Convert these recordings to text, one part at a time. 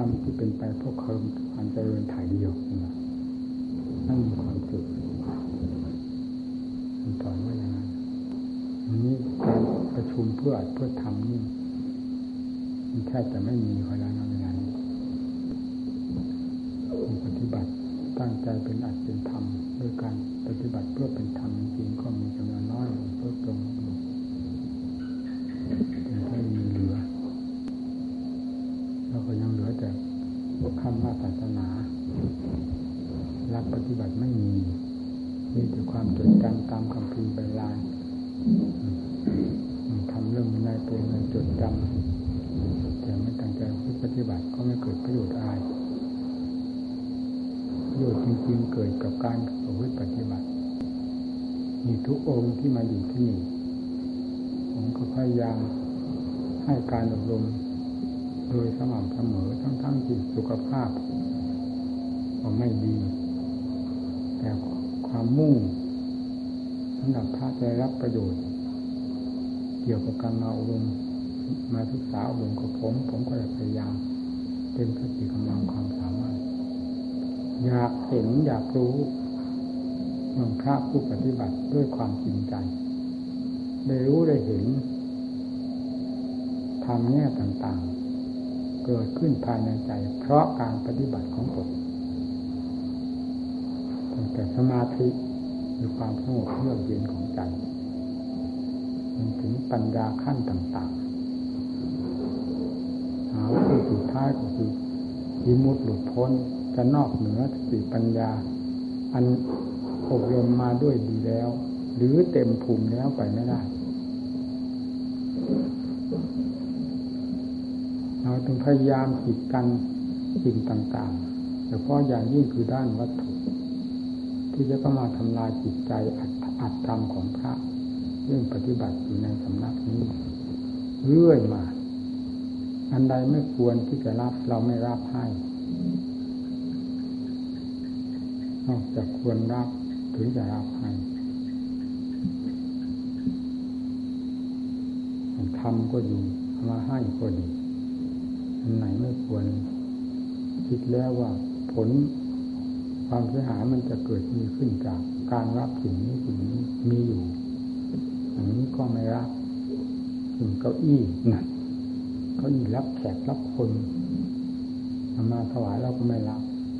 รมที่เป็นไปเพื่อความเจริญถ่ายเดียวนั่นมีความสุขมันต่อว่าอย่างนั้นนี้การประชุมเพื่อทำนี่มันแทบจะไม่มีเวลาเวลานี้ปฏิบัติตั้งใจเป็นอัตเป็นธรรมด้วยการปฏิบัติเพื่อเป็นธรรมจริงก็มีจำนวนน้อยลดลงไม่มีเหลือเราก็ยังเหลือแต่คำว่าศาสนารักปฏิบัติไม่มีแต่ความจดจำตามคำพีใบลานทำเรื่องในตัวเงินจดจำแต่ไม่ตั้งใจปฏิบัติก็ไม่เกิดประโยชน์อะไรประโยชน์จริงๆเกิดกับการปฏิบัติมีทุกองค์ที่มาอยู่ที่นี่ผมก็พยายามให้การอบรมโดยสม่ำเสมอทั้งที่สุขภาพก็ไม่ดีแต่ความมุ่งสำหรับพระจะรับประโยชน์เกี่ยวกับการมาอบรมมาศึกษาอบรมกับผมก็จะพยายามเต็มสติกำลังความสามารถอยากเห็นอยากรู้เมื่อพระผู้ปฏิบัติด้วยความจริงใจได้รู้ได้เห็นทำแง่ต่างๆเกิดขึ้นภายในใจเพราะการปฏิบัติของตนตั้งแต่สมาธิมีความสงบเยือกเย็นของใจจนถึงปัญญาขั้นต่างๆหาผู้สุดท้ายก็คือวิมุตติหลุดพ้นจะนอกเหนือสติปัญญาอันอบรมมาด้วยดีแล้วหรือเต็มภูมิแล้วไปไม่ได้เราต้องพยายามขีดกันสิ่งต่างๆเฉพาะอย่างยิ่งคือด้านวัตถุที่จะเข้ามาทำลายจิตใจอัตธรรมของพระเรื่องปฏิบัติอยู่ในสำนักนี้เรื่อยมาอันใดไม่ควรที่จะรับเราไม่รับให้นอกจากควรรับถึงจะรับให้ทำก็อยู่มาให้ก็ดีอันไหนไม่ควรคิดแล้วว่าผลความเสียหายมันจะเกิดมีขึ้นจากการรับสิ่งนี้มีอยู่อย่างนี้ก็ไม่รับถึงเก้าอี้นะเก้าอี้รับแขกรับคนมาถวายเราก็ไม่รับ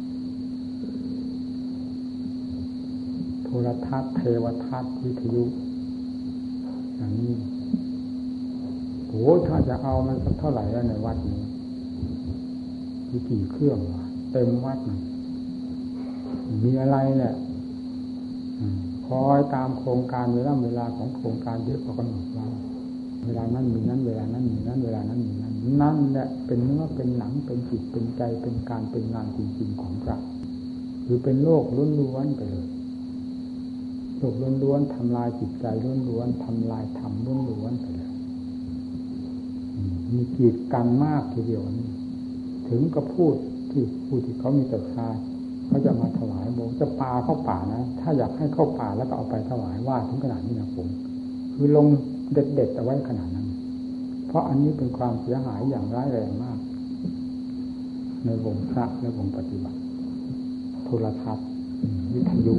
โทรทัศน์เทวทัศน์วิทยุอย่างนี้โหถ้าจะเอามันสักเท่าไหร่แล้วในวัดนี้มีกี่เครื่องวะเต็มวัดนะมีอะไรเนี่ยคอยตามโครงการเวลาของโครงการเยอะกว่ากำหนดว่าเวลานั้นมีนั้นเวลานั้นมีนั้นเวลานั้นมีนั้นนั่นแหละเป็นเนื้อเป็นหนังเป็นจิตเป็นใจเป็นการเป็นงานจริงๆของพระคือเป็นโลกล้วนๆไปเลยโลกล้วนๆทำลายจิตใจล้วนๆทำลายธรรมล้วนๆไปเลยมีกีดกันมากทีเดียวนี่ถึงกับผู้ที่เขามีศรัทธาเขาจะมาถวายบอกจะปาเข้าป่านะถ้าอยากให้เข้าป่าแล้วก็เอาไปถวายว่าถึงขนาดนี้นะผมคือลงเด็ดๆเอาไว้ขนาดนั้นเพราะอันนี้เป็นความเสียหายอย่างร้ายแรงมากในวงพระและวงปฏิบัติโทรทัศน์วิทยุ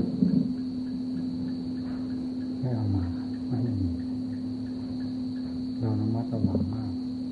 ให้เอามาไม่มีเราระมัดระวังมาก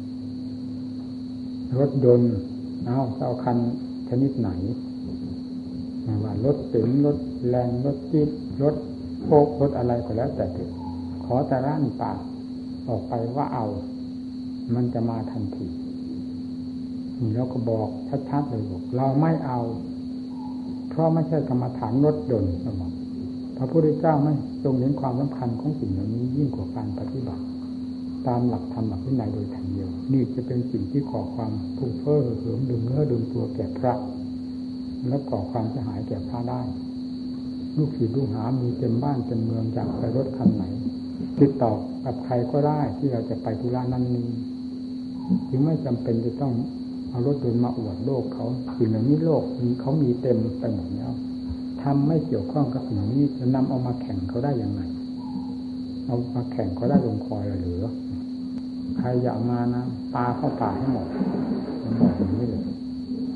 รถยนต์เอาคันชนิดไหนไม่ว่ารถเก๋งรถแรงรถจี๊ปรถโฟล์ครถอะไรก็แล้วแต่เถอะขอแต่ร่านปากออกไปว่าเอามันจะมาทันทีนี่เราก็บอกชัดๆเลยบอกเราไม่เอาเพราะไม่ใช่กรรมฐานรถยนต์นะบอกพระพุทธเจ้าไม่ทรงเห็นความสำคัญของสิ่งเหล่านี้ยิ่งกว่าการปฏิบัติตามหลักธรรมหลักวินัยโดยทันเดียวนี่จะเป็นสิ่งที่ก่อความฟุ้งเฟ้อเหิมดึงเนื้อดึงตัวแก่พระและก่อความเสียหายแก่พระได้ลูกศิษย์ลูกหามีเต็มบ้านเต็มเมืองจากไปรถคันไหนติดต่อกับใครก็ได้ที่เราจะไปธุระนั้นนี้จึงไม่จำเป็นจะต้องเอารถยนต์มาอวดโลกเขาสิ่งเหล่านี้โลกเขามีเต็มไปหมดแล้วทำไม่เกี่ยวข้องกับสิ่งนี้จะนำเอามาแข่งเขาได้อย่างไรเอามาแข่งเขาได้ลงคอยหรือใครอยากมานะปาเข้าป่าให้หมดมันบอกอย่างนี้เลย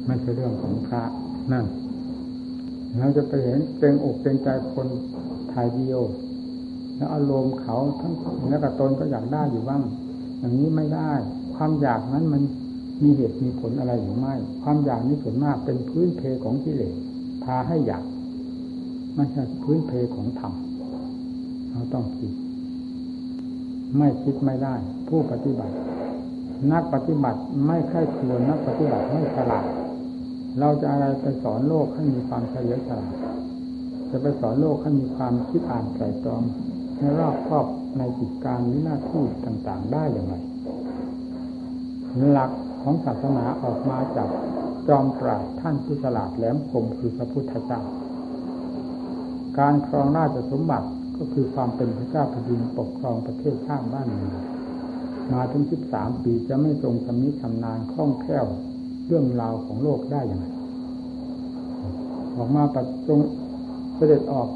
ไม่ใช่เรื่องของพระนั่นเราจะไปเห็นเป็นอกเป็นใจคนถ่ายวิดีโอแล้วอารมณ์เขาทั้งแล้วก็ตนก็อยากได้อยู่บ้างอย่างนี้ไม่ได้ความอยากนั้นมันมีเหตุมีผลอะไรหรือไม่ความอยากนี้ส่วนมากเป็นพื้นเพของกิเลสพาให้อยากไม่ใช่พื้นเพของธรรมเราต้องคิดไม่คิดไม่ได้ผู้ปฏิบัตินักปฏิบัติไม่ใช่ควรนักปฏิบัติไม่ฉลาดเราจะอะไรไปสอนโลกให้มีความเฉลียวฉลาดจะไปสอนโลกให้มีความคิดอ่านไตร่ตรองในรอบครอบในกิจการหรือหน้าที่ต่างๆได้อย่างไรหลักของศาสนาออกมาจากจอมปราชญ์ท่านผู้ฉลาดแหลมคมคือพระพุทธเจ้าการครองราชสมบัติก็คือความเป็นพระเจ้าแผ่นดินปกครองประเทศชาติบ้านเมืองมาถึง13 ปีจะไม่ทรงชำนิชำนาญคล่องแคล่วเรื่องราวของโลกได้อย่างไรออกมาประจงเสด็จออก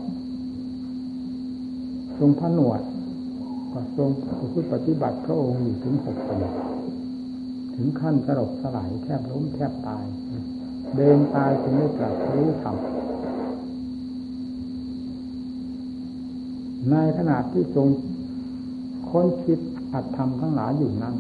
ทรงผนวดก็ทรงพูดปฏิบัติพระองค์อยู่ถึง6 ปีถึงขั้นสลบสลายแทบล้มแทบตายเดินตายจึงได้ตรัสรู้ธรรมในขณะที่ทรงค้นคิดอัตธรรมทั้งหลายอยู่นั้น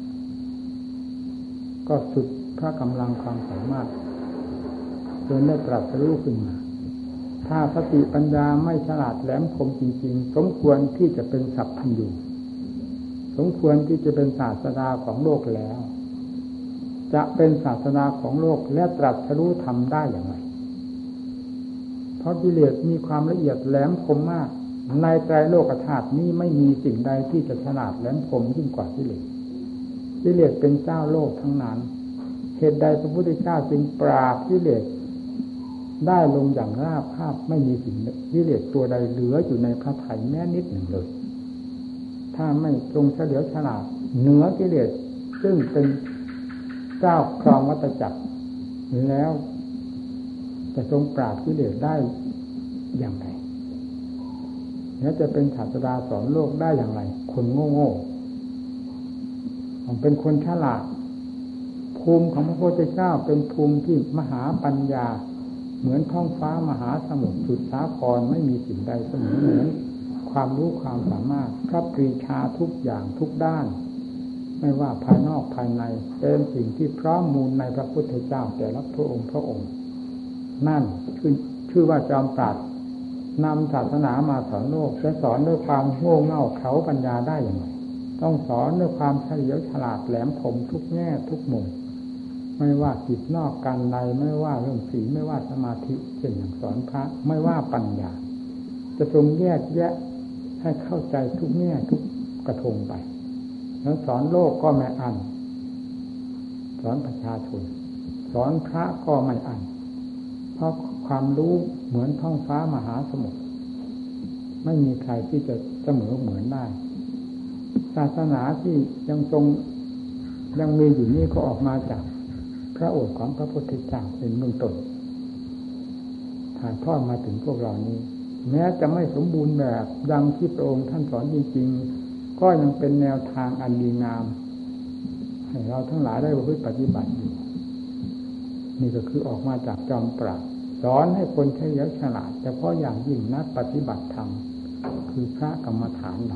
ก็สุดพระกำลังความสามารถจนได้ตรัสรู้ขึ้นมาถ้าสติปัญญาไม่ฉลาดแหลมคมจริงๆสมควรที่จะเป็นสัพพัญญูสมควรที่จะเป็นศาสดาของโลกแล้วจะเป็นศาสดาของโลกและตรัสรู้ธรรมได้อย่างไรเพราะกิเลสมีความละเอียดแหลมคมมากในไตรโลกธาตุนี้ไม่มีสิ่งใดที่จะฉลาดแหลมคมยิ่งกว่ากิเลสกิเลสเป็นเจ้าโลกทั้งนั้นเหตุใดพระพุทธเจ้าจึงปราบกิเลสได้ลงอย่างราบคาบไม่มีสิ่งกิเลสตัวใดเหลืออยู่ในพระทัยแม้นิดหนึ่งเลยถ้าไม่ทรงเฉลียวฉลาดเหนือกิเลสซึ่งเป็นเจ้าครองวัฏจักรแล้วจะทรงปราบกิเลสได้อย่างไรแล้วจะเป็นศาสดาสอนโลกได้อย่างไรคนโง่ๆเป็นคนฉลาดภูมิของพระพุทธเจ้าเป็นภูมิที่มหาปัญญาเหมือนท้องฟ้ามหาสมุทรสุดสาครไม่มีสิ่งใดเสมอเหมือนความรู้ความสามารถพระปรีชาทุกอย่างทุกด้านไม่ว่าภายนอกภายในเป็นสิ่งที่พร้อมมูลในพระพุทธเจ้าแต่ละพระองค์นั่นชื่อว่าจอมปราชญ์นำศาสนามาสอนโลกจะสอนด้วยความโง่เง่าเขลาปัญญาได้อย่างไรต้องสอนด้วยความเฉลียวฉลาดแหลมคมทุกแง่ทุกมุมไม่ว่ากิจนอกการในไม่ว่าเรื่องศีลไม่ว่าสมาธิเช่นอย่างสอนพระไม่ว่าปัญญาจะทรงแยกแยะให้เข้าใจทุกแง่ทุกกระทงไปแล้วสอนโลกก็ไม่อั้นสอนประชาชนสอนพระก็ไม่อั้นเพราะความรู้เหมือนท้องฟ้ามหาสมุทรไม่มีใครที่จะเสมอเหมือนได้ศาสนาที่ยังมีอยู่นี่ก็ออกมาจากพระโอษฐ์ของพระพุทธเจ้าเป็นเบื้องต้นถ่ายทอดมาถึงพวกเรานี้แม้จะไม่สมบูรณ์แบบดังที่พระองค์ท่านสอนจริงๆก็ยังเป็นแนวทางอันดีงามให้เราทั้งหลายได้ประพฤติปฏิบัติอยู่นี่ก็คือออกมาจากจอมปราชญ์สอนให้คนเฉลียวฉลาดแต่เพราะอย่างยิ่งนักปฏิบัติธรรมคือพระกรรมฐาน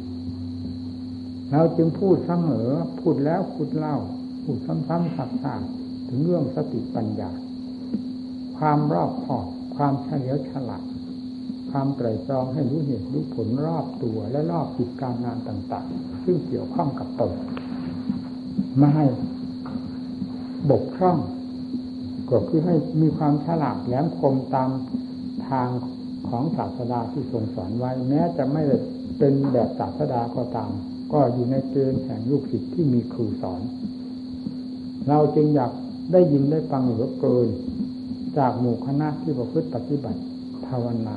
เราจึงพูดเสมอพูดแล้วพูดเล่าพูดซ้ำๆซักๆถึงเรื่องสติปัญญาความรอบคอบความเฉลียวฉลาดความไตร่ตรองให้รู้เหตุรู้ผลรอบตัวและรอบกิจการงานต่างๆซึ่งเกี่ยวข้องกับตนไม่ให้บกพร่องก็คือให้มีความฉลาดแหลมคมตามทางของศาสดาที่ทรงสอนไว้แม้จะไม่ได้เป็นแบบศาสดาก็ตามก็อยู่ในเกณฑ์แห่งลูกศิษย์ที่มีครูสอนเราจึงอยากได้ยินได้ฟังเหลือเกินจากหมู่คณะที่ประพฤติปฏิบัติภาวนา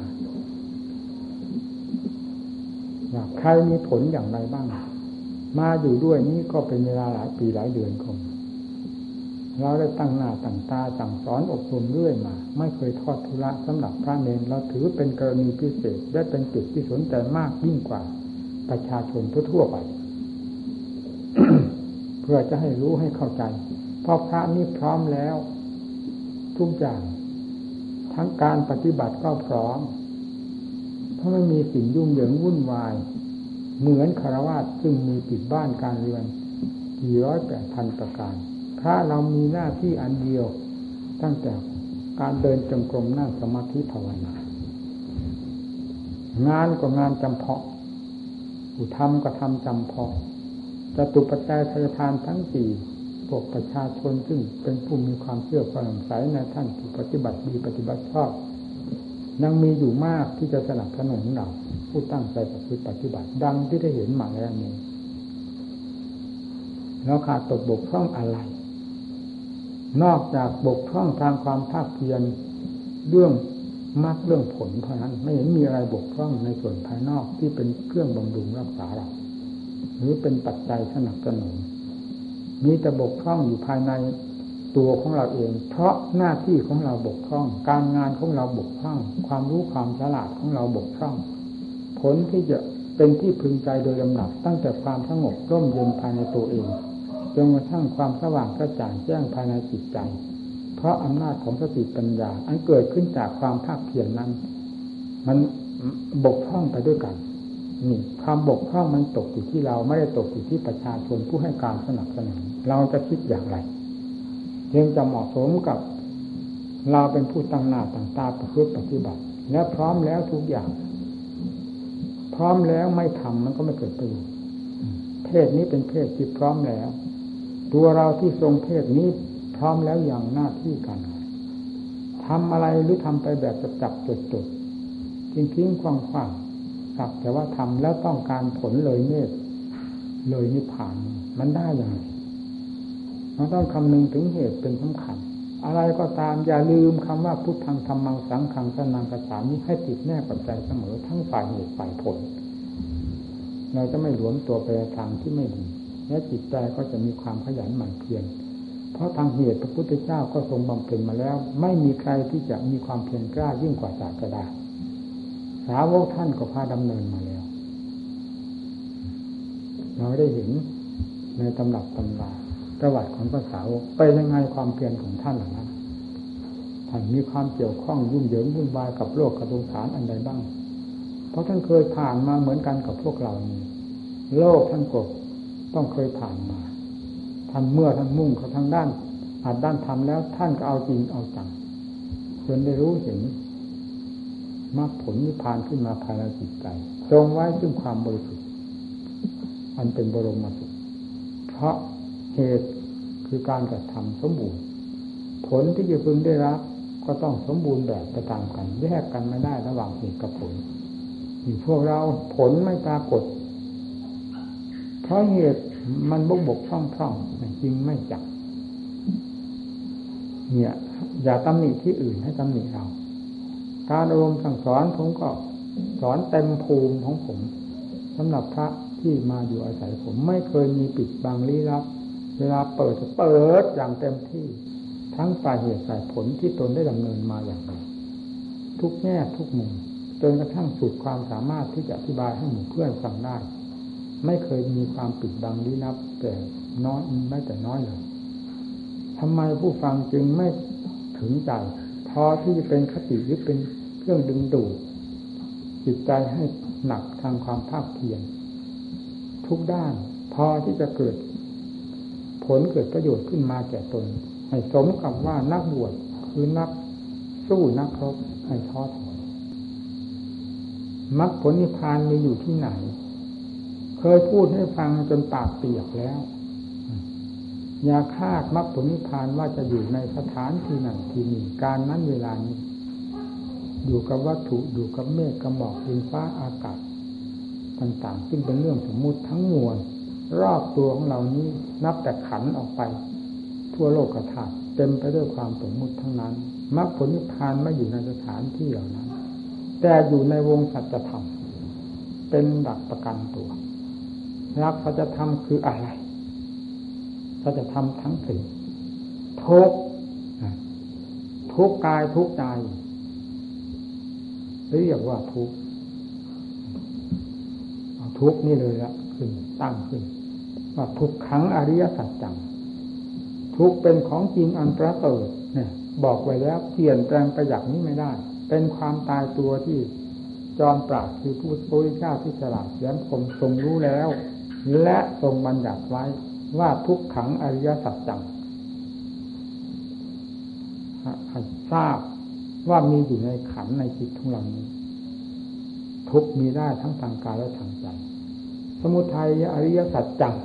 ว่าใครมีผลอย่างไรบ้างมาอยู่ด้วยนี่ก็เป็นเวลาหลายปีหลายเดือนคงเราได้ตั้งหน้าตั้งตาสั่งสอนอบรมเรื่อยมาไม่เคยทอดทุระสำหรับพระเนรเราถือเป็นกรณีพิเศษและเป็นจุดที่สนใจมากยิ่งกว่าประชาชนทั่วไป เพื่อจะให้รู้ให้เข้าใจเพราะพระนี่พร้อมแล้วทุกอย่างทั้งการปฏิบัติก็พร้อมเพราะไม่มีสิ่งยุ่งเหยิงวุ่นวายเหมือนฆราวาสซึ่งมีติดบ้านการเรือนกี่ร้อยแปดพันประการพระเรามีหน้าที่อันเดียวตั้งแต่การเดินจงกรมนั่งสมาธิภาวนางานก็งานจำเพาะผู้ทำก็ทำจำเพาะจตุปัจจัยทายทานทั้งสี่พวกประชาชนซึ่งเป็นผู้มีความเชื่อความใสในท่านผู้ปฏิบัติดีปฏิบัติชอบยังมีอยู่มากที่จะสนับสนุนเราผู้ตั้งใจปฏิบัติดังที่ได้เห็นมาแล้วนี้แล้วขาดตกบกพร่องอะไรนอกจากบกพร่องทางความภาคเพียรเรื่องมรรคเรื่องผลเท่านั้นไม่เห็นมีอะไรบกพร่องในส่วนภายนอกที่เป็นเครื่องบำรุงรักษาเราหรือเป็นปัจจัยสนับสนุนมีแต่บกพร่องอยู่ภายในตัวของเราเองเพราะหน้าที่ของเราบกพร่องการงานของเราบกพร่องความรู้ความฉลาดของเราบกพร่องผลที่จะเป็นที่พึงใจโดยลำดับตั้งแต่ความสงบร่มเย็นภายในตัวเองจนกระทั่งความสว่างกระจ่างแจ้งภายในจิตใจเพราะอำนาจของสติปัญญาอันเกิดขึ้นจากความภาคเพียรนั้นมันบกพร่องไปด้วยกันนี่ความบกพร่องมันตกอยู่ที่เราไม่ได้ตกอยู่ที่ประชาชนผู้ให้การสนับสนุนเราจะคิดอย่างไรเพียงจะเหมาะสมกับเราเป็นผู้ตั้งหน้าตั้งตาประพฤติปฏิบัติและพร้อมแล้วทุกอย่างพร้อมแล้วไม่ทำมันก็ไม่เกิดประโยชน์เพศนี้เป็นเพศที่พร้อมแล้วตัวเราที่ทรงเพศนี้พร้อมแล้วอย่างหน้าที่การงานทำอะไรหรือทำไปแบบจับจดทิ้งขว้างสักแต่ว่าทำแล้วต้องการผลเลยเมตเลยนิพพานมันได้อย่างไรเราต้องคำนึงถึงเหตุเป็นสำคัญอะไรก็ตามอย่าลืมคำว่าพุทธังธัมมังสังฆังสนังกัจฉามิให้ติดแน่ปัจจัยเสมอทั้งฝ่ายเหตุฝ่ายผลเราจะไม่หลวมตัวไปทางที่ไม่ดีและจิตใจก็จะมีความขยันหมั่นเพียรเพราะทางเหตุพระพุทธเจ้าก็ทรงบำเพ็ญมาแล้วไม่มีใครที่จะมีความเพียรกล้ายิ่งกว่าศาสดาสาวกท่านก็พาดำเนินมาแล้วเราได้เห็นในตำรับตำราประวัติของพระสาวกไปยังไงความเพียรของท่านเหล่านั้นท่านมีความเกี่ยวข้องยุ่งเหยิงวุ่นวายกับโลกกับสงสารอันใดบ้างเพราะท่านเคยผ่านมาเหมือนกันกับพวกเรานี้โลกท่านก็ต้องเคยผ่านมาท่านเมื่อท่านมุ่งเขาทางด้านด้านธรรมแล้วท่านก็เอาจริงเอาจังจนได้รู้เห็นมรรคผลนิพพานขึ้นมาภายในจิตใจทรงไว้ซึ่งความบริสุทธิ์อันเป็นบรมสุขเพราะเหตุคือการกระทำสมบูรณ์ผลที่จะพึงได้รับก็ต้องสมบูรณ์แบบไปตามกันแยกกันไม่ได้ระหว่างเหตุกับผลอยู่พวกเราผลไม่ปรากฏเพราะเหตุมันบกพร่องจริงไม่จักเนี่ยอย่าตำหนิที่อื่นให้ตำหนิเราการอบรมสั่งสอนผมก็สอนเต็มภูมิของผมสำหรับพระที่มาอยู่อาศัยผมไม่เคยมีปิดบังลี้ลับเวลาเปิดจะเปิดอย่างเต็มที่ทั้งฝ่ายเหตุฝ่ายผลที่ตนได้ดำเนินมาอย่างไรทุกแง่ทุกมุมจนกระทั่งสุดความสามารถที่จะอธิบายให้หมู่เพื่อนฟังได้ไม่เคยมีความปิดบังลี้ลับแต่น้อยไม่แต่น้อยเลยทำไมผู้ฟังจึงไม่ถึงใจพอที่จะเป็นคติหรือเป็นเครื่องดึงดูดจิตใจให้หนักทางความภาคเพียรทุกด้านพอที่จะเกิดผลเกิดประโยชน์ขึ้นมาแก่ตนให้สมกับว่านักบวชคือนักสู้นักรบให้ท้อถอยมรรคผลนิพพานมีอยู่ที่ไหนเคยพูดให้ฟังจนปากเปียกแล้วอย่าคาดมรรคผลนิพพานว่าจะอยู่ในสถานที่นั้นที่นี้การนั้นเวลานี้อยู่กับวัตถุอยู่กับเมฆกับหมอกดินฟ้าอากาศต่างๆซึ่งเป็นเรื่องสมมุติทั้งมวลรอบตัวของเรานี้นับแต่ขันออกไปทั่วโลกธาตุเต็มไปด้วยความสมมุติทั้งนั้นมรรคผลนิพพานไม่อยู่ในสถานที่เหล่านั้นแต่อยู่ในวงสัจธรรมเป็นหลักประกันตัวหลักสัจธรรมคืออะไรสัจธรรมทั้งสี่ทุกกายทุกใจเรียกว่าทุกนี่เลยละขึ้นตั้งขึ้นว่าทุกขังอริยสัจจังทุกเป็นของจริงอันประเสริฐเนี่ยบอกไว้แล้วเปลี่ยนแปลงไปอย่างนี้ไม่ได้เป็นความตายตัวที่จอมปราชญ์คือพระพุทธเจ้าที่ฉลาดแหลมคมทรงรู้แล้วและทรงบัญญัติไว้ว่าทุกขังอริยสัจจังให้ทราบว่ามีอยู่ในขันธ์ในจิตของเรานี้ทุกมีได้ทั้งทางกายและทางใจสมุทัยอริยสัจจัง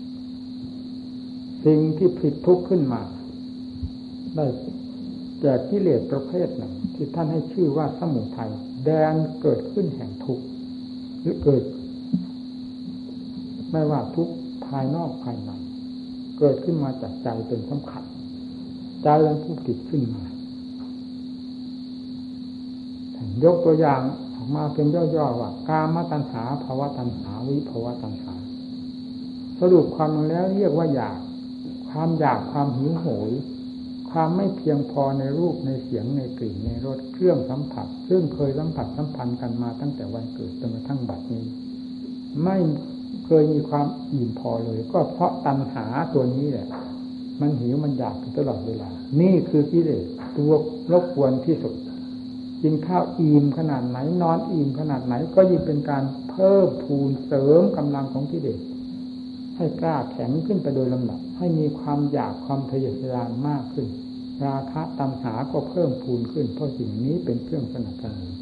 สิ่งที่ผลิตทุกข์ขึ้นมาได้แก่กิเลสประเภทหนึ่งที่ท่านให้ชื่อว่าสมุทัยแดนเกิดขึ้นแห่งทุกข์หรือเกิดไม่ว่าทุกข์ภายนอกภายในเกิดขึ้นมาจากใจเป็นสำคัญใจเป็นผู้ผลิตขึ้นมายกตัวอย่างออกมาเป็นย่อๆว่ากามตัณหาภวตัณหาวิภวตัณหาสรุปความแล้วเรียกว่าอยากความอยากความหิวโหยความไม่เพียงพอในรูปในเสียงในกลิ่นในรสเครื่องสัมผัสซึ่งเคยสัมผัสสัมพันธ์กันมาตั้งแต่วันเกิดจนกระทั่งบัดนี้ไม่เคยมีความอิ่มพอเลยก็เพราะตัณหาตัวนี้แหละมันหิวมันอยากตลอดเวลานี่คือกิเลสตัวรบกวนที่สุดกินข้าวอิ่มขนาดไหนนอนอิ่มขนาดไหนก็ยิ่งเป็นการเพิ่มพูนเสริมกำลังของกิเลสให้กล้าแข็งขึ้นไปโดยลำดับให้มีความอยากความทะเยอทะยานมากขึ้นราคะตัณหาก็เพิ่มพูนขึ้นเพราะสิ่งนี้เป็นเครื่องสนับสนุน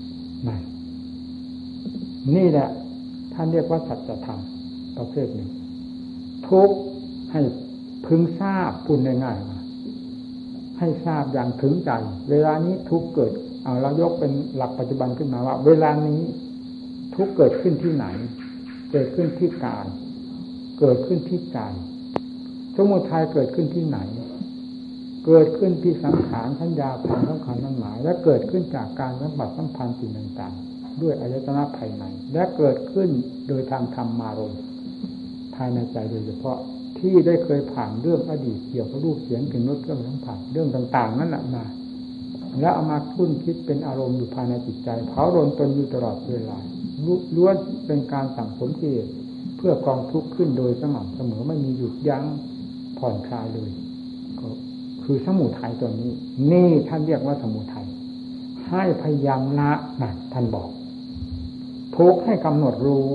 นี่แหละท่านเรียกว่าสัจธรรมประเภทหนึ่งทุกข์ให้พึงทราบพูดง่ายๆว่าให้ทราบอย่างถึงใจเวลานี้ทุกข์เกิดเรายกเป็นหลักปัจจุบันขึ้นมาว่าเวลานี้ทุกข์เกิดขึ้นที่ไหนเกิดขึ้นที่กายเกิดขึ้นที่ใจสมุทัยเกิดขึ้นที่ไหนเกิดขึ้นที่สังขารสัญญาความสำคัญมั่นหมายและเกิดขึ้นจากการสัมผัสสัมพันธ์สิ่งต่างๆด้วยอายตนะภายในและเกิดขึ้นโดยทางธรรมารมณ์ภายในใจโดยเฉพาะที่ได้เคยผ่านเรื่องอดีตเกี่ยวกับรูปเสียงกลิ่นรสเครื่องสัมผัสเรื่องต่างๆนั่นแหละมาแล้วเอามาคุ้นคิดเป็นอารมณ์อยู่ภายในจิตใจเผารนตนอยู่ตลอดเวลาล้วนเป็นการสั่งสมกิเลสเพื่อกองทุกข์ขึ้นโดยสม่ำเสมอไม่มีหยุดยั้งผ่อนคลายเลยก็คือสมุทัยตัวนี้นี่ท่านเรียกว่าสมุทัยให้พยายามละนะท่านบอกทุกข์ให้กำหนดรู้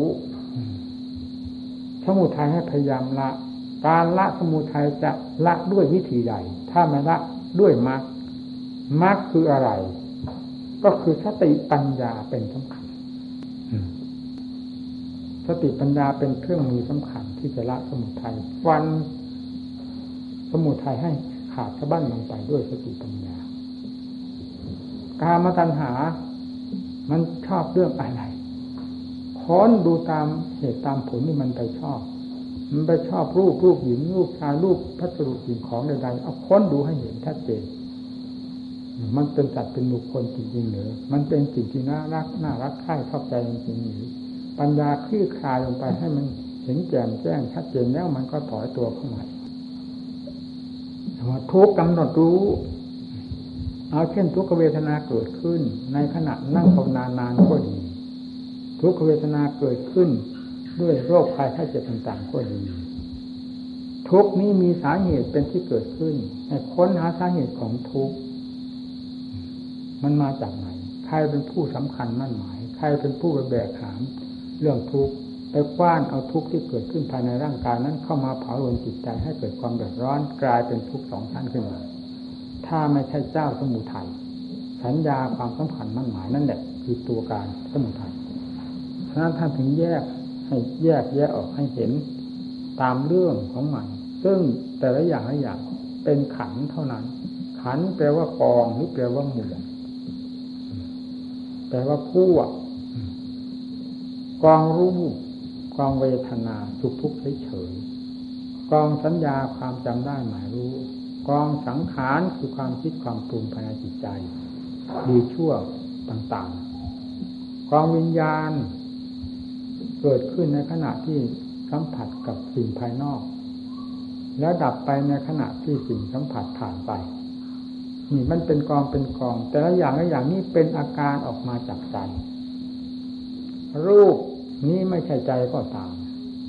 สมุทัยให้พยายามละการละสมุทัยจะละด้วยวิธีใดถ้าไม่ละด้วยมรรคมรรคคืออะไรก็คือสติปัญญาเป็นสำคัญสติปัญญาเป็นเครื่องมือสำคัญที่จะละสมุทัยฟันสมุทัยให้ขาดสะบั้นลงไปด้วยสติปัญญากามตัณหามันชอบเรื่องอะไรค้นดูตามเหตุตามผลที่มันไปชอบมันไปชอบรูปหญิงรูปชายรูปพัสดุสิ่งของใดๆเอาค้นดูให้เห็นชัดเจนมันเป็นสัตว์เป็นบุคคลจริงๆหรือมันเป็นสิ่งที่น่ารักใคร่ชอบใจจริงๆหรือปัญญาคลี่คลายลงไปให้มันเห็นแจ่มแจ้งชัดเจนแล้วมันก็ถอยตัวเข้ามาทุกข์กำหนดรู้เอาเช่นทุกขเวทนาเกิดขึ้นในขณะนั่งภาวนานานก็ดีทุกขเวทนาเกิดขึ้นด้วยโรคภัยไข้เจ็บต่างๆก็ดีทุกข์นี้มีสาเหตุเป็นที่เกิดขึ้นให้ค้นหาสาเหตุของทุกข์มันมาจากไหนใครเป็นผู้สำคัญมั่นหมายใครเป็นผู้แบกหามเรื่องทุกข์ไปคว้านเอาทุกข์ที่เกิดขึ้นภายในร่างกายนั้นเข้ามาเผารนจิตใจให้เกิดความเดือดร้อนกลายเป็นทุกข์สองชั้นขึ้นมาถ้าไม่ใช่เจ้าสมุทัยสัญญาความสำคัญมั่นหมายนั่นแหละคือตัวการสมุทัยฉะนั้นท่านถึงแยกแยกออกให้เห็นตามเรื่องของมันซึ่งแต่ละอย่างเป็นขันธ์เท่านั้นขันธ์แปลว่ากองหรือแปลว่าหมู่แปลว่าพวกกองรูปกองเวทนาสุขทุกข์เฉยๆกองสัญญาความจำได้หมายรู้กองสังขารคือความคิดความปรุงภายในจิตใจดีชั่วต่างๆกองวิญญาณเกิดขึ้นในขณะที่สัมผัสกับสิ่งภายนอกแล้วดับไปในขณะที่สิ่งสัมผัสผ่านไปนี่มันเป็นกองแต่ละอย่างนี้เป็นอาการออกมาจากใจรูปนี้ไม่ใช่ใจก็ตาม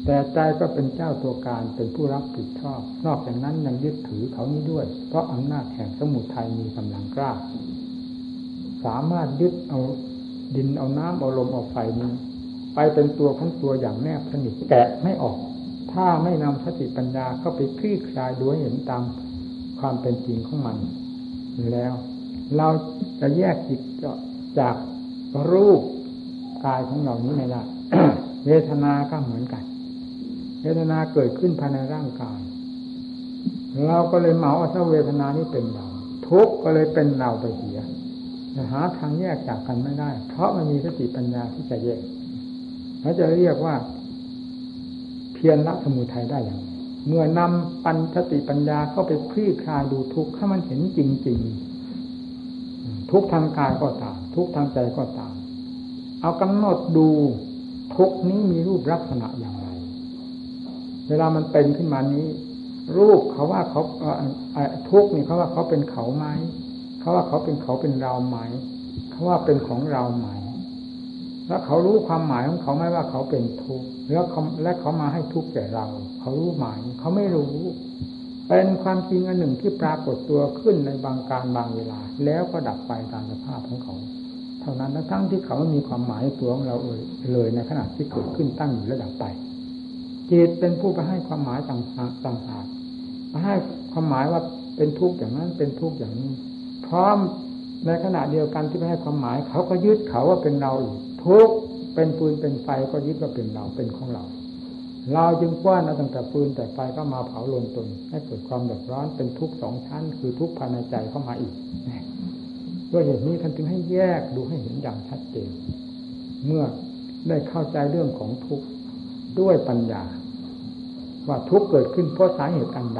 แต่ใจก็เป็นเจ้าตัวการเป็นผู้รับผิดชอบนอกจากนั้นยังยึดถือเขานี้ด้วยเพราะอำนาจแห่งสมุทัยมีกำลังกล้าสามารถยึดเอาดินเอาน้ำเอาลมเอาไฟนี้ไปเป็นตัวของตัวอย่างแนบสนิทแกะไม่ออกถ้าไม่นำสติปัญญาเข้าไปคลี่คลายดูให้เห็นตามความเป็นจริงของมันแล้วเราจะแยกจิตจากรูปกายของเรานี้ไม่ได้ เวทนาก็เหมือนกันเวทนาเกิดขึ้นภายในร่างกายเราก็เลยเหมาเอาเวทนานี้เป็นเราทุกข์ก็เลยเป็นเราไปเสียหาทางแยกจากกันไม่ได้เพราะมันมีสติปัญญาที่จะแยกแล้วจะเรียกว่าเพียรละสมุทัยได้อย่างเมื่อนำปัญสติปัญญาเข้าไปคลี่คลายดูทุกข์ให้มันเห็นจริงๆทุกทางกายก็ตามทุกทางใจก็ตามเอากำหนดดูทุกนี้มีรูปลักษณะอย่างไรเวลามันเป็นขึ้นมานี้รูปเขาว่าเขาทุกนี่เขาว่าเขาเป็นเขาไหมเขาว่าเขาเป็นเขาเป็นเราไหมเขาว่าเป็นของเราไหมแล้วเขารู้ความหมายของเขาไหมว่าเขาเป็นทุกข์แล้วเขามาให้ทุกข์แก่เราเขารู้ไหมเขาไม่รู้เป็นความจริงอันหนึ่งที่ปรากฏตัวขึ้นในบางการบางเวลาแล้วก็ดับไปตามสภาพของเขาเท่านั้นทั้งที่เขาไม่มีความหมายตัวของเราเลยในขณะที่เกิดขึ้นตั้งอยู่ระดับไปจิตเป็นผู้ไปให้ความหมายต่างหากมาให้ความหมายว่าเป็นทุกข์อย่างนั้นเป็นทุกข์อย่างนี้พร้อมในขณะเดียวกันที่ไปให้ความหมายเขาก็ยึดเขาว่าเป็นเราอีกทุกข์เป็นปืนเป็นไฟก็ยึดว่าเป็นเราเป็นของเราเราจึงกว้านเอาตั้งแต่ปืนแต่ไฟก็มาเผาลนตนให้เกิดความเดือดร้อนเป็นทุกข์สองชั้นคือทุกข์ภายในใจเข้ามาอีกด้วยเหตุนี้ท่านจึงให้แยกดูให้เห็นอย่างชัดเจนเมื่อได้เข้าใจเรื่องของทุกข์ด้วยปัญญาว่าทุกข์เกิดขึ้นเพราะสาเหตุอันใด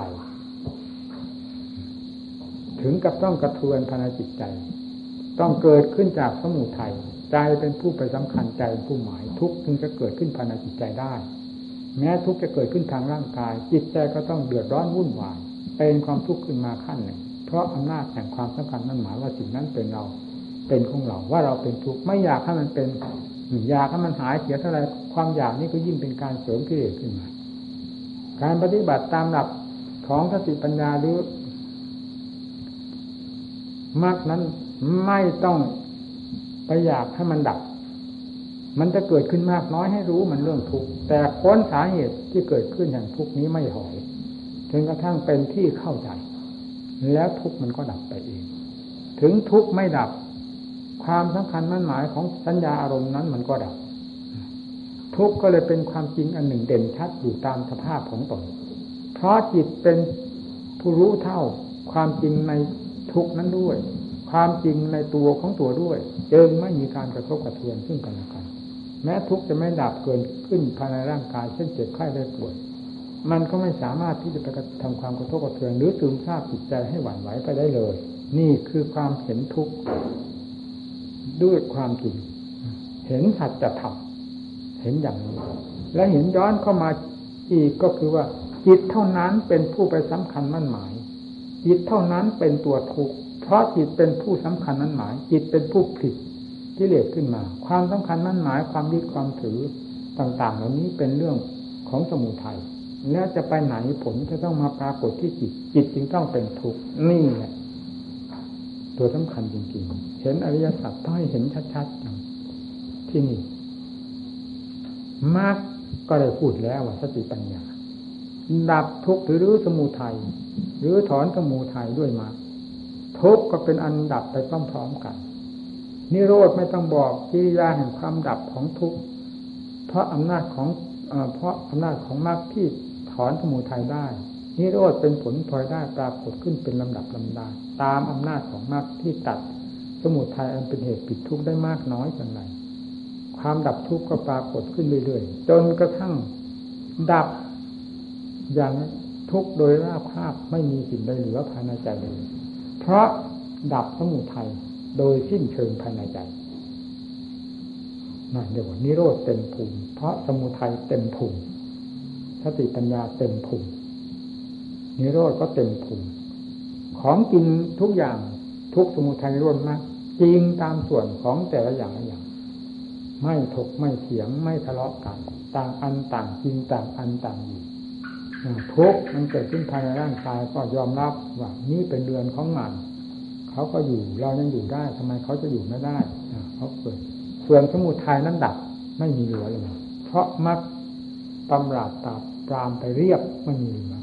ถึงกับต้องกระเทือนภายในจิตใจต้องเกิดขึ้นจากสมุทัยใจเป็นผู้ไปสำคัญใจผู้หมายทุกข์จึงจะเกิดขึ้นภายในจิตใจได้แม้ทุกข์จะเกิดขึ้นทางร่างกายจิตใจก็ต้องเดือดร้อนวุ่นวายเป็นความทุกข์ขึ้นมาขั้นหนึ่งเพราะอำนาจแห่งความสำคัญนั่นหมายว่าสิ่งนั้นเป็นเราเป็นของเราว่าเราเป็นทุกข์ไม่อยากให้มันเป็นอยากให้มันหายเสียเท่าไรความอยากนี้ก็ยิ่งเป็นการเสริมกิเลสขึ้นมาการปฏิบัติตามหลักของสติปัญญาหรือมรรคนั้นไม่ต้องไปอยากให้มันดับมันจะเกิดขึ้นมากน้อยให้รู้มันเรื่องทุกข์แต่ค้นสาเหตุที่เกิดขึ้นอย่างทุกข์นี้ไม่ถอยจนกระทั่งเป็นที่เข้าใจแล้วทุกข์มันก็ดับไปเองถึงทุกข์ไม่ดับความสำคัญมั่นหมายของสัญญาอารมณ์นั้นมันก็ดับทุกข์ก็เลยเป็นความจริงอันหนึ่งเด่นชัดอยู่ตามสภาพของตนเพราะจิตเป็นผู้รู้เท่าความจริงในทุกข์นั้นด้วยความจริงในตัวของตัวด้วยจึงไม่มีการกระทบกระเทือนซึ่งกันและกันแม้ทุกข์จะไม่ดับเกินขึ้นภายในร่างกายเช่นเจ็บไข้ได้ป่วยมันก็ไม่สามารถที่จะไปทำความกระทบกระเทือนหรือซึมซาบจิตใจให้หวั่นไหวไปได้เลยนี่คือความเห็นทุกข์ด้วยความจริงเห็นสัจธรรมเห็นอย่างนี้และเห็นย้อนเข้ามาอีกก็คือว่าจิตเท่านั้นเป็นผู้ไปสำคัญมั่นหมายจิตเท่านั้นเป็นตัวทุกข์เพราะจิตเป็นผู้สำคัญมั่นหมายจิตเป็นผู้ผลิตกิเลสขึ้นมาความสำคัญมั่นหมายความยึดความถือต่างๆเหล่านี้เป็นเรื่องของสมุทัยแล้วจะไปไหนผลจะต้องมาปรากฏที่จิตจิตจึงต้องเป็นทุกข์นี่แหละตัวสำคัญจริงๆเห็นอริยสัจต้องให้เห็นชัดๆที่นี่มรรคก็ได้พูดแล้วว่าสติปัญญาดับทุกข์หรือสมุทัยหรือถอนสมุทัยด้วยมรรคทุกข์ก็เป็นอันดับไปพร้อมๆกันนิโรธไม่ต้องบอกกิริยาแห่งความดับของทุกข์เพราะอำนาจของมรรคที่ถอนสมุทัยได้นิโรธเป็นผลพลอยได้ปรากฏขึ้นเป็นลำดับลำดาตามอำนาจของมรรคที่ตัดสมุทัยอันเป็นเหตุปิดทุกข์ได้มากน้อยเพียงไรความดับทุกข์ก็ปรากฏขึ้นเรื่อยๆจนกระทั่งดับอย่างทุกข์โดยราบคาบไม่มีสิ่งใดเหลือภายในใจเลยเพราะดับสมุทัยโดยสิ้นเชิงภายในใจนั่นเรียกว่านิโรธเต็มภูมิเพราะสมุทัยเต็มภูมิสติปัญญาเต็มภูมินิโรธก็เต็มภูมิของจริงทุกอย่างทุกสมุทัยนิโรธมากจริงตามส่วนของแต่ละอย่างละอย่างไม่ถกไม่เถียงไม่ทะเลาะกันต่างอันต่างจริงต่างอันต่างอยู่ทุกข์มันเกิดขึ้นภายในร่างกายก็ยอมรับว่านี่เป็นเรือนของมันเขาก็อยู่เรายังอยู่ได้ทำไมเขาจะอยู่ไม่ได้เขาเกิดส่วนสมุทัยนั้นดับไม่มีเหลือเลยเพราะมรรคตำราบตาปรามไปเรียบไม่มีเหลือ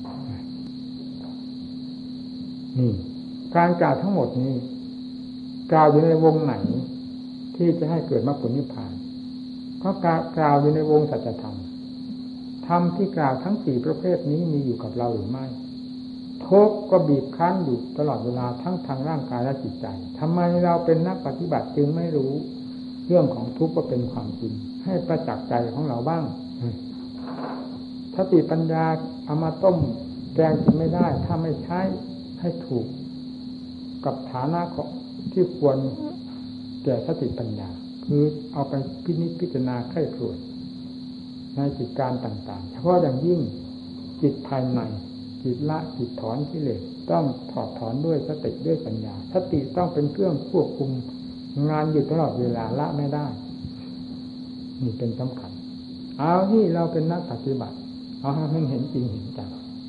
นี่การกล่าวทั้งหมดนี้กล่าวอยู่ในวงไหนที่จะให้เกิดมรรคผลนิพพานก็กล่าวอยู่ในวงสัจธรรมธรรมที่กล่าวทั้งสี่ประเภทนี้มีอยู่กับเราหรือไม่ทุกข์ก็บีบคั้นอยู่ตลอดเวลาทั้งทางร่างกายและจิตใจทำไมเราเป็นนักปฏิบัติจึงไม่รู้เรื่องของทุกข์ก็เป็นความจริงให้ประจักษ์ใจของเราบ้างสติปัญญาเอามาต้มแกงกินไม่ได้ถ้าไม่ใช้ให้ถูกกับฐานะของที่ควรแก่สติปัญญาคือเอาไปพินิจพิจารณาไข้ครวญในจิตการต่างๆเฉพาะอย่างยิ่งจิตภายในจิตละจิตถอนกิเลสต้องถอดถอนด้วยสติด้วยปัญญาสติต้องเป็นเครื่องควบคุมงานอยู่ตลอดเวลาละไม่ได้นี่เป็นสำคัญเอาที่เราเป็นนักปฏิบัติเอาให้เห็นจริงเห็นจัง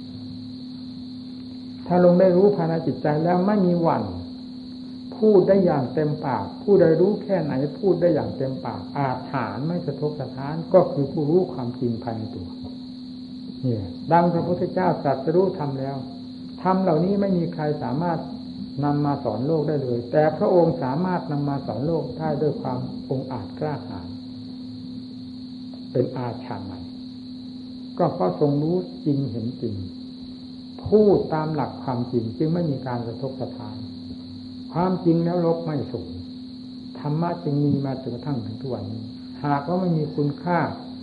ถ้าลงได้รู้ภายในจิตใจแล้วไม่มีวันพูดได้อย่างเต็มปากผู้ใดรู้แค่ไหนพูดได้อย่างเต็มปากอาถรรพ์ไม่สะทกสะท้านก็คือผู้รู้ความจริงภายในตัวนี่ดังพระพุทธเจ้าตรัสรู้ธรรมแล้วธรรมเหล่านี้ไม่มีใครสามารถนำมาสอนโลกได้เลยแต่พระองค์สามารถนำมาสอนโลกได้ด้วยความองอาจกล้าหาญเป็นอาชาไมยก็เพราะทรงรู้จริงเห็นจริงพูดตามหลักความจริงจึงไม่มีการสะทกสะท้านความจริงแล้วลบไม่สูญธรรมะจึงมีมาจนกระทั่งถึงทุกวันนี้หากว่าไม่มีคุณค่า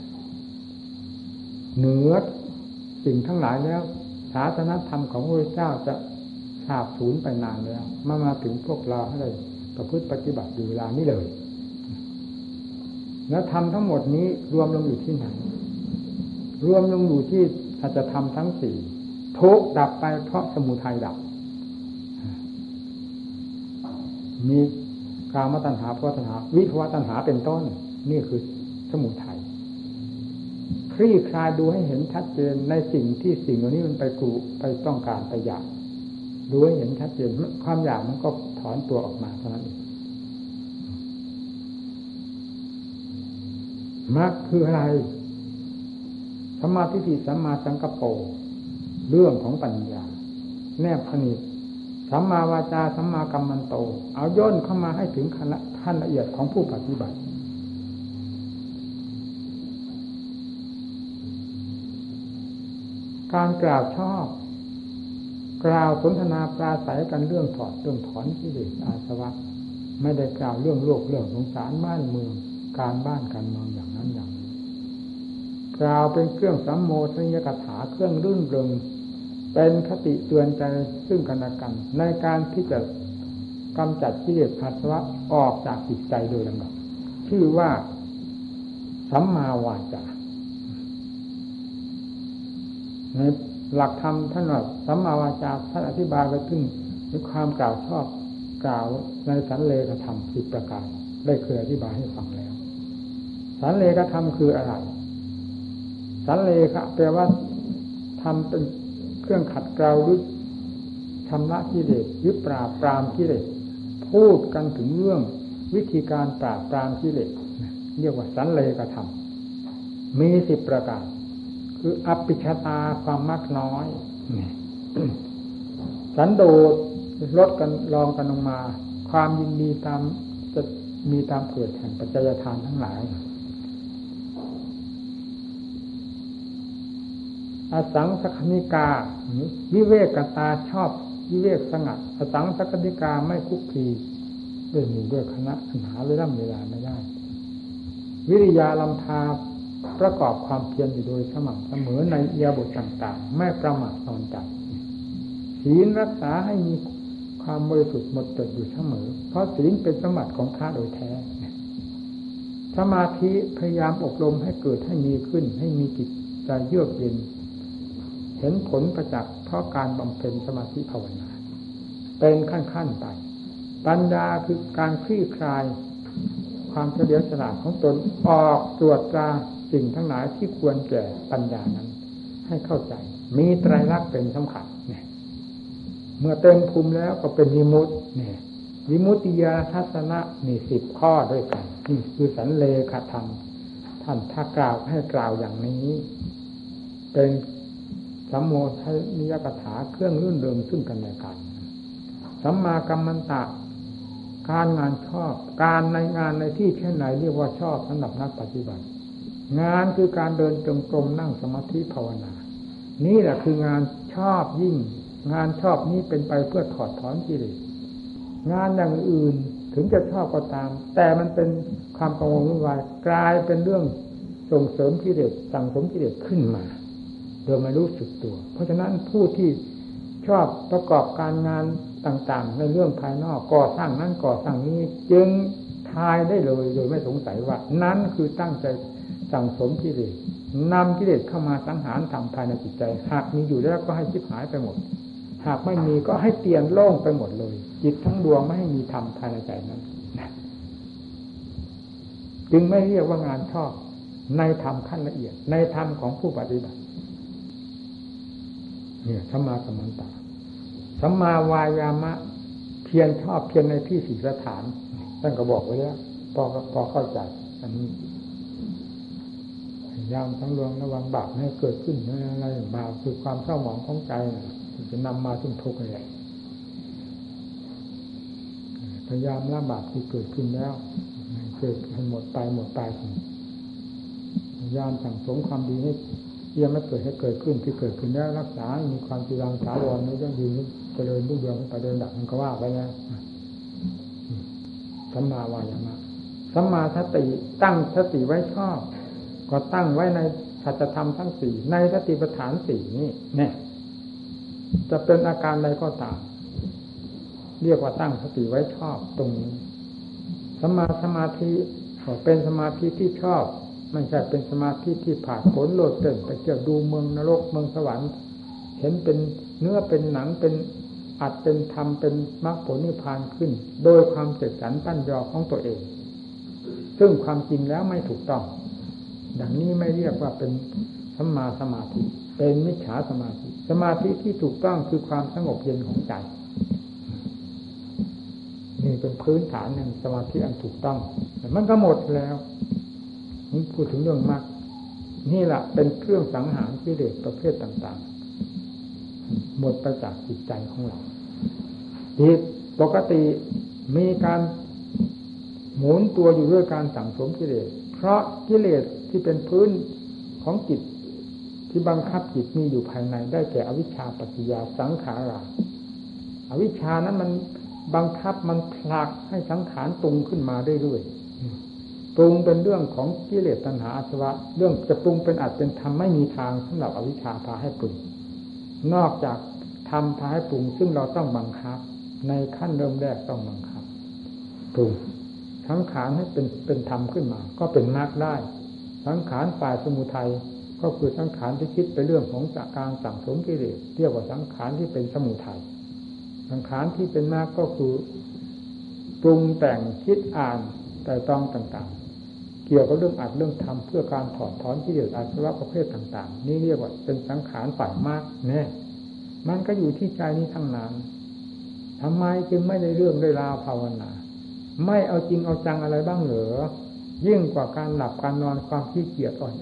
เหนือสิ่งทั้งหลายแล้วศาสนธรรมของพระพุทธเจ้าจะสาบสูญไปนานแล้วมาถึงพวกเราให้ได้ประพฤติปฏิบัติอยู่เวลานี้เลยแล้วธรรมทั้งหมดนี้รวมลงอยู่ที่ไหนรวมลงอยู่ที่สัจธรรมทั้งสี่ทุกข์ดับไปเพราะสมุทัยดับมีกามตัณหาภวตัณหาวิภวตัณหาเป็นต้นนี่คือสมุทัยคลี่คลายดูให้เห็นชัดเจนในสิ่งที่สิ่งเหล่านี้มันไปต้องการไปอยากดูให้เห็นชัดเจนความอยากมันก็ถอนตัวออกมาเท่านั้นเองมรรคคืออะไรสัมมาทิฏฐิสัมมาสังกัปโปเรื่องของปัญญาแนบสนิทสัมมาวาจาสัมมากัมมันโตเอาย่นเข้ามาให้ถึงขั้นละเอียดของผู้ปฏิบัติการกล่าวชอบกล่าวสนทนาปราศัยกันเรื่องถอดเรื่องถอนกิเลสอาสวะไม่ได้กล่าวเรื่องโลกเรื่องสงสารบ้านเมืองการบ้านการเมืองอย่างนั้นอย่างนี้กล่าวเป็นเครื่องสัมโมทนิยกถาเครื่องรื่นเริงเป็นคติเตือนใจซึ่งกันและกันในการที่จะกำจัดกิเลสอาสวะออกจากจิตใจโดยลำดับชื่อว่าสัมมาวาจาในหลักธรรมท่านว่าสัมมาวาจาท่านอธิบายไว้ถึงความกล่าวชอบกล่าวในสันเลขธรรม10ประการได้เคยอธิบายให้ฟังแล้วสันเลขธรรมคืออะไรสันเลขะแปลว่าทำเป็นเครื่องขัดเกลาหรือชำระกิเลสหรือปราบปรามกิเลสพูดกันถึงเรื่องวิธีการปราบปรามกิเลสเรียกว่าสันเลขธรรมมี10ประการคืออภิชตาความมักน้อยสันโดษลดกันรองกันลงมาความยินดีตามจะมีตามเกิดแห่งปัจจัยทานทั้งหลายอสังสคณิกาวิเวกตาชอบวิเวกสงัดอสังสคณิกาไม่คุกคีด้วยหมู่ด้วยคณะหาเวลาไม่ได้วิริยาลัมพาประกอบความเพียรอยู่โดยสม่ำเสมอในอิริยาบถต่างๆไม่ประมาทนอนใจศีลรักษาให้มีความบริสุทธิ์หมดจดอยู่เสมอเพราะศีลเป็นสมบัติของพระโดยแท้สมาธิพยายามอบรมให้เกิดให้มีขึ้นให้มีจิตใจเยือกเย็นเห็นผลประจักษ์เพราะการบำเพ็ญสมาธิภาวนาเป็นขั้นๆไปปัญญาคือการคลี่คลายความเฉลียวฉลาดของตนออกตรวจตราสิ่งทั้งหลายที่ควรแก่ปัญญานั้นให้เข้าใจมีไตรลักษณ์เป็นสำคัญเนี่ยเมื่อเต็มภูมิแล้วก็เป็นวิมุตติเนี่ยวิมุตติญาณทัศนะนี่10 ข้อด้วยกันนี่คือสันเลขธรรมท่านถ้ากล่าวให้กล่าวอย่างนี้เป็นสัมโมทนิยกถาเครื่องรื่นเริงซึ่งกันและกันสัมมากัมมันตะการงานชอบการในงานในที่เช่นไหนเรียกว่าชอบสำหรับนักปฏิบัติงานคือการเดินจงกรมนั่งสมาธิภาวนานี่แหละคืองานชอบยิ่งงานชอบนี้เป็นไปเพื่อถอดถอนกิเลสงานอย่างอื่นถึงจะชอบก็ตามแต่มันเป็นความกังวลวุ่นวายกลายเป็นเรื่องส่งเสริมกิเลสสั่งสมกิเลสขึ้นมาโดยไม่รู้สึกตัวเพราะฉะนั้นผู้ที่ชอบประกอบการงานต่างๆในเรื่องภายนอกก่อสร้างนั้นก่อสร้างนี้จึงทายได้เลยโดยไม่สงสัยว่านั้นคือตั้งใจสั่งสมกิเลสนำกิเลสเข้ามาสังหารทำภายในจิตใจหากมีอยู่แล้วก็ให้ชิบหายไปหมดหากไม่มีก็ให้เตียนโล่งไปหมดเลยจิตทั้งดวงไม่ให้มีธรรมภายในใจนั้นจึงไม่เรียกว่างานชอบในธรรมขั้นละเอียดในธรรมของผู้ปฏิบัติเนี่ยสัมมากัมมันตะสัมมาวายามะเพียรชอบเพียรในที่สี่สถานท่านก็บอกไว้แล้วพอเข้าใจอันนี้พยายามทั้งรวมระวังบาปให้เกิดขึ้นอะไรบาปคือความเศร้าหมองของใจจะนำมาถึงทุกข์เลยพยายามละบาปที่เกิดขึ้นแล้วเกิดให้หมดไปพยายามสั่งสมความดีให้ยังไม่เกิดให้เกิดขึ้นที่เกิดขึ้นแล้วรักษามีความจีรังถาวรในเรื่องดีนี้เจริญรุ่งเรืองไปเดินดับมันก็ว่าไปนะสัมมาวายามะสัมมาสติตั้งสติไว้ชอบก็ตั้งไว้ในสัจธรรมทั้งสี่ในสติปัฏฐานสี่นี้เนี่ยจะเป็นอาการใดก็ตามเรียกว่าตั้งสติไว้ชอบตรงนี้สัมมาสมาธิก็เป็นสมาธิที่ชอบไม่ใช่เป็นสมาธิที่ผ่านผลโลดเต้นไปเที่ยวดูเมืองนรกเมืองสวรรค์เห็นเป็นเนื้อเป็นหนังเป็นอัดเป็นธรรมเป็นมรรคผลนิพพานขึ้นโดยความเสกสรรปั้นยอของตัวเองซึ่งความจริงแล้วไม่ถูกต้องดังนี้ไม่เรียกว่าเป็นสัมมาสมาธิเป็นมิจฉาสมาธิสมาธิที่ถูกต้องคือความสงบเย็นของใจนี่เป็นพื้นฐานแห่งสมาธิอันถูกต้องแต่มันก็หมดแล้วนี่พูดถึงเรื่องมรรคนี่แหละเป็นเครื่องสังหารกิเลสประเภทต่างๆหมดไปจากจิตใจของเราจิตปกติมีการหมุนตัวอยู่ด้วยการสั่งสมกิเลสเพราะกิเลสที่เป็นพื้นของจิตที่บังคับจิตมีอยู่ภายในได้แก่อวิชชาปัจจยาสังขาราอวิชชานั้นมันบังคับมันผลักให้สังขารปรุงขึ้นมาเรื่อยๆปรุงเป็นเรื่องของกิเลสตัณหาอาสวะเรื่องจะปรุงเป็นอัตเป็นธรรมไม่มีทางสำหรับอวิชชาพาให้ปรุงนอกจากธรรมพาให้ปรุงซึ่งเราต้องบังคับในขั้นเริ่มแรกต้องบังคับปรุงสังขารให้เป็นธรรมขึ้นมาก็เป็นมรรคได้สังขารฝ่ายสมุทัยก็คือสังขารที่คิดไปเรื่องของการสั่งสมกิเลสเรียกว่าสังขารที่เป็นสมุทัยสังขารที่เป็นมรรคก็คือปรุงแต่งคิดอ่านแต่ต้องต่างๆเกี่ยวกับเรื่องอัดเรื่องทำเพื่อการถอดถอนกิเลสอาสวะประเภทต่างๆนี่เรียกว่าเป็นสังขารฝ่ายมรรคเนี่ยมันก็อยู่ที่ใจนี้ทั้งนั้นทำไมจึงไม่ได้เรื่องได้ราวภาวนาไม่เอาจริงเอาจังอะไรบ้างเหรอยิ่งกว่าการหลับการนอนความขี้เกียจอ่อนแอ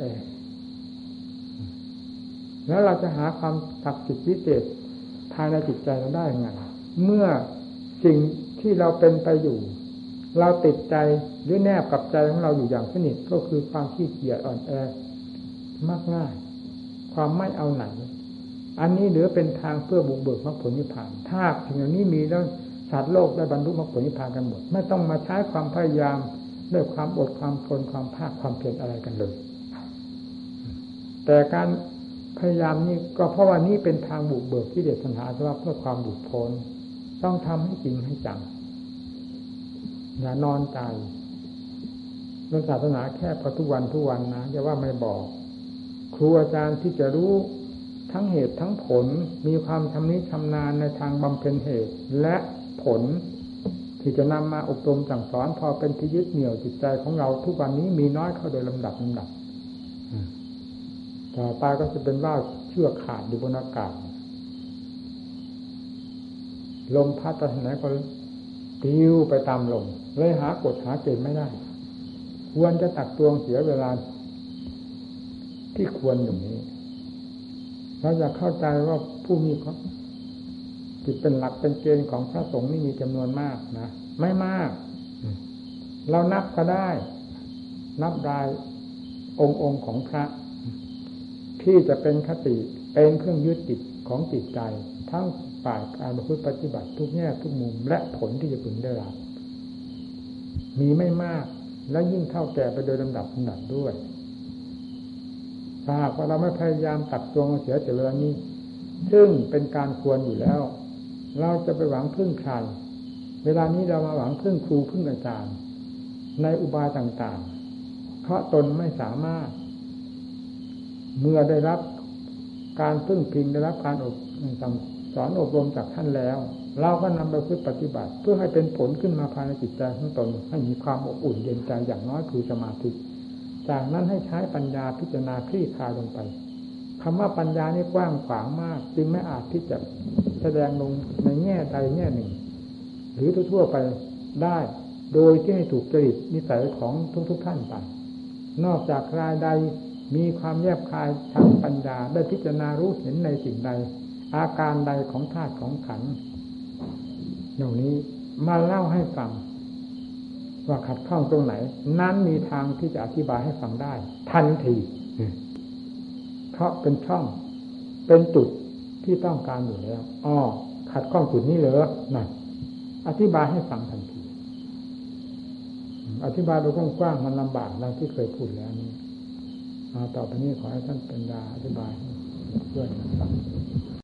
แล้วเราจะหาความศักดิ์สิทธิ์พิเศษภายในจิตใจเราได้ไงเมื่อสิ่งที่เราเป็นไปอยู่เราติดใจหรือแนบกับใจของเราอยู่อย่างสนิทก็คือความขี้เกียจอ่อนแอมากง่ายความไม่เอาไหนอันนี้เหลือเป็นทางเพื่อบุกเบิกมรรคผลนิพพานถ้าสิ่งเหล่านี้มีแล้วสัตว์โลกได้บรรลุมรรคผลนิพพานกันหมดไม่ต้องมาใช้ความพยายามด้วยความอดความทนความภาคความเพียรอะไรกันเลยแต่การพยายามนี้ก็เพราะว่านี้เป็นทางบุกเบิกกิเลสตัณหาอาสวะเพื่อความหลุดพ้นต้องทำให้จริงให้จังอย่านอนใจเรื่องศาสนาแค่พอทุกวันนะอย่าว่าไม่บอกครูอาจารย์ที่จะรู้ทั้งเหตุทั้งผลมีความชำนิชำนาญในทางบำเพ็ญเหตุและผลทที่จะนำมาอบรมสั่งสอนพอเป็นที่ยึดเหนี่ยวจิตใจของเราทุกวันนี้มีน้อยเข้าโดยลำดับต่อไปก็จะเป็นว่าวเชือกขาดอยู่บนอากาศลมพัดไปทางไหนก็ปลิวไปตามลมเลยหากฎหาเกณฑ์ไม่ได้ควรจะตักตวงเสียเวลาที่ควรอย่างนี้เราอยากเข้าใจว่าผู้มีจิตเป็นหลักเป็นเกณฑ์ของพระสงฆ์นี่มีจำนวนมากนะไม่มากเรานับก็ได้นับรายองค์ของพระที่จะเป็นคติเป็นเครื่องยึดจิตของจิตใจทั้งฝ่ายการประพฤติปฏิบัติทุกแง่ทุกมุมและผลที่จะพึงได้รับมีไม่มากและยิ่งเท่าแก่ไปโดยลำดับด้วยถ้าหากว่าเราไม่พยายามตัดตวงเสียแต่เวลานี้ซึ่งเป็นการควรอยู่แล้วเราจะไปหวังพึ่งใครเวลานี้เรามาหวังพึ่งครูพึ่งอาจารย์ในอุบายต่างๆเพราะตนไม่สามารถเมื่อได้รับการพึ่งพิงได้รับการสอนอบรมจากท่านแล้วเราก็นำไปปฏิบัติเพื่อให้เป็นผลขึ้นมาภายในจิตใจของตนให้มีความอบอุ่นเย็นใจอย่างน้อยคือสมาธิจากนั้นให้ใช้ปัญญาพิจารณาคลี่คลายลงไปคำว่าปัญญานี่กว้างขวางมากจึงไม่อาจที่จะแสดงลงในแง่ใดแง่หนึ่งหรือทั่วไปได้โดยที่ให้ถูกจริตนิสัยของทุกท่านไปนอกจากรายใดมีความแยบคายทางปัญญาได้พิจารณารู้เห็นในสิ่งใดอาการใดของธาตุของขันธ์อย่างนี้มาเล่าให้ฟังว่าขัดข้องตรงไหนนั้นมีทางที่จะอธิบายให้ฟังได้ทันทีเพราะเป็นช่องเป็นจุดที่ต้องการอยู่แล้วขัดข้องจุดนี้เหรอนั่นอธิบายให้ฟังทันทีอธิบายโดยกว้างๆมันลำบากดังที่เคยพูดแล้วนี้ต่อไปนี้ขอให้ท่านปัญญาอธิบายให้เพื่อนฟัง